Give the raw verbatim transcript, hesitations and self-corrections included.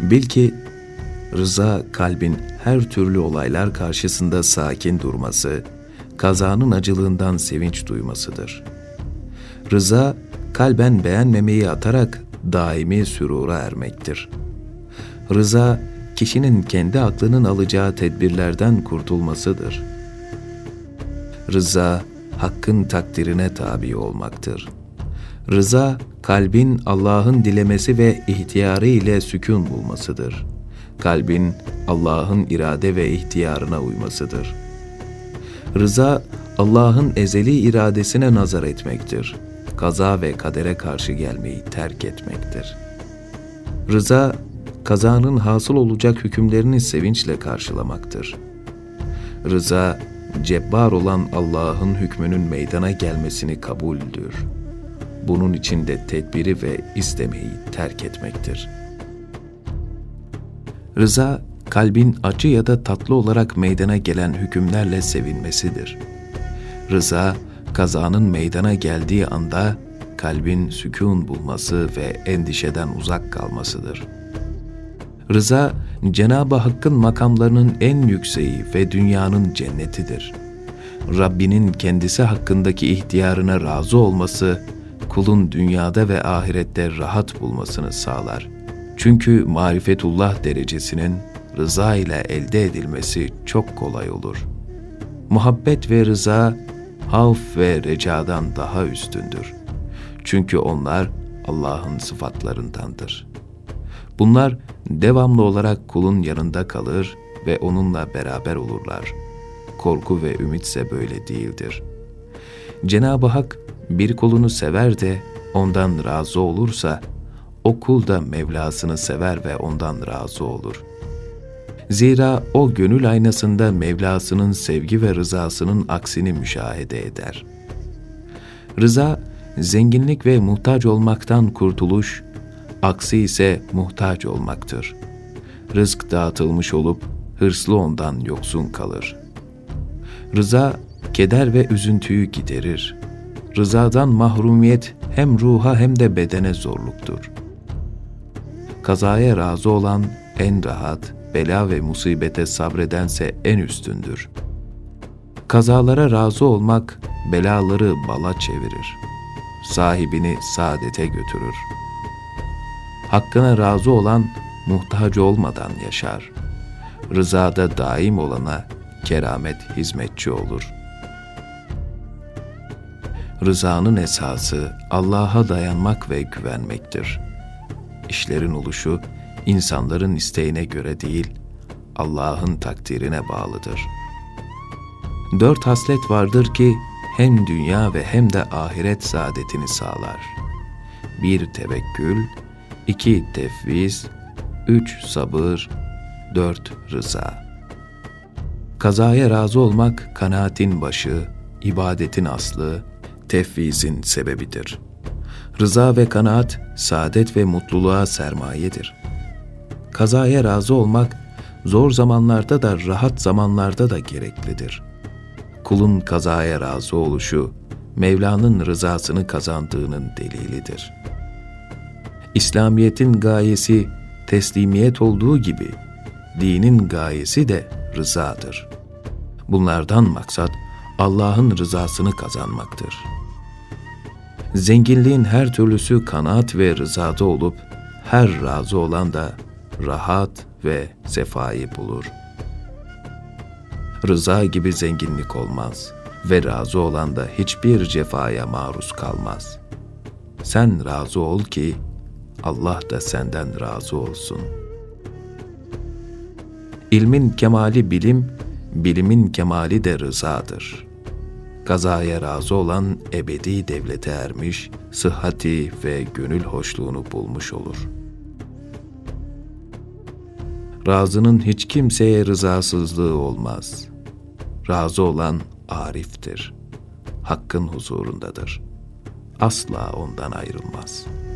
Bil ki rıza kalbin her türlü olaylar karşısında sakin durması, kazanın acılığından sevinç duymasıdır. Rıza, kalben beğenmemeyi atarak daimi sürura ermektir. Rıza, kişinin kendi aklının alacağı tedbirlerden kurtulmasıdır. Rıza, hakkın takdirine tabi olmaktır. Rıza, kalbin Allah'ın dilemesi ve ihtiyarı ile sükun bulmasıdır. Kalbin Allah'ın irade ve ihtiyarına uymasıdır. Rıza, Allah'ın ezeli iradesine nazar etmektir. Kaza ve kadere karşı gelmeyi terk etmektir. Rıza, kazanın hasıl olacak hükümlerini sevinçle karşılamaktır. Rıza, cebbar olan Allah'ın hükmünün meydana gelmesini kabuldür. Bunun için de tedbiri ve istemeyi terk etmektir. Rıza, kalbin acı ya da tatlı olarak meydana gelen hükümlerle sevinmesidir. Rıza, kazanın meydana geldiği anda kalbin sükun bulması ve endişeden uzak kalmasıdır. Rıza, Cenab-ı Hakk'ın makamlarının en yükseği ve dünyanın cennetidir. Rabbinin kendisi hakkındaki ihtiyarına razı olması, kulun dünyada ve ahirette rahat bulmasını sağlar. Çünkü marifetullah derecesinin rıza ile elde edilmesi çok kolay olur. Muhabbet ve rıza, havf ve recadan daha üstündür. Çünkü onlar Allah'ın sıfatlarındandır. Bunlar devamlı olarak kulun yanında kalır ve onunla beraber olurlar. Korku ve ümitse böyle değildir. Cenab-ı Hak bir kulunu sever de ondan razı olursa, o kul da Mevlasını sever ve ondan razı olur. Zira o gönül aynasında Mevlasının sevgi ve rızasının aksini müşahede eder. Rıza, zenginlik ve muhtaç olmaktan kurtuluş, aksi ise muhtaç olmaktır. Rızk dağıtılmış olup hırslı ondan yoksun kalır. Rıza, keder ve üzüntüyü giderir. Rızadan mahrumiyet hem ruha hem de bedene zorluktur. Kazaya razı olan en rahat, bela ve musibete sabredense en üstündür. Kazalara razı olmak, belaları bala çevirir. Sahibini saadete götürür. Hakkına razı olan, muhtaç olmadan yaşar. Rızada daim olana, keramet hizmetçi olur. Rızanın esası, Allah'a dayanmak ve güvenmektir. İşlerin oluşu, insanların isteğine göre değil, Allah'ın takdirine bağlıdır. Dört haslet vardır ki, hem dünya ve hem de ahiret saadetini sağlar. Bir tevekkül, iki tefviz, üç sabır, dört rıza. Kazaya razı olmak, kanaatin başı, ibadetin aslı, tefvizin sebebidir. Rıza ve kanaat, saadet ve mutluluğa sermayedir. Kazaya razı olmak, zor zamanlarda da rahat zamanlarda da gereklidir. Kulun kazaya razı oluşu, Mevla'nın rızasını kazandığının delilidir. İslamiyet'in gayesi teslimiyet olduğu gibi, dinin gayesi de rızadır. Bunlardan maksat, Allah'ın rızasını kazanmaktır. Zenginliğin her türlüsü kanaat ve rızada olup, her razı olan da rahat ve sefayı bulur. Rıza gibi zenginlik olmaz ve razı olan da hiçbir cefaya maruz kalmaz. Sen razı ol ki Allah da senden razı olsun. İlmin kemali bilim, bilimin kemali de rızadır. Kazaya razı olan ebedi devlete ermiş, sıhhati ve gönül hoşluğunu bulmuş olur. Razının hiç kimseye rızasızlığı olmaz. Razı olan ariftir. Hakkın huzurundadır. Asla ondan ayrılmaz.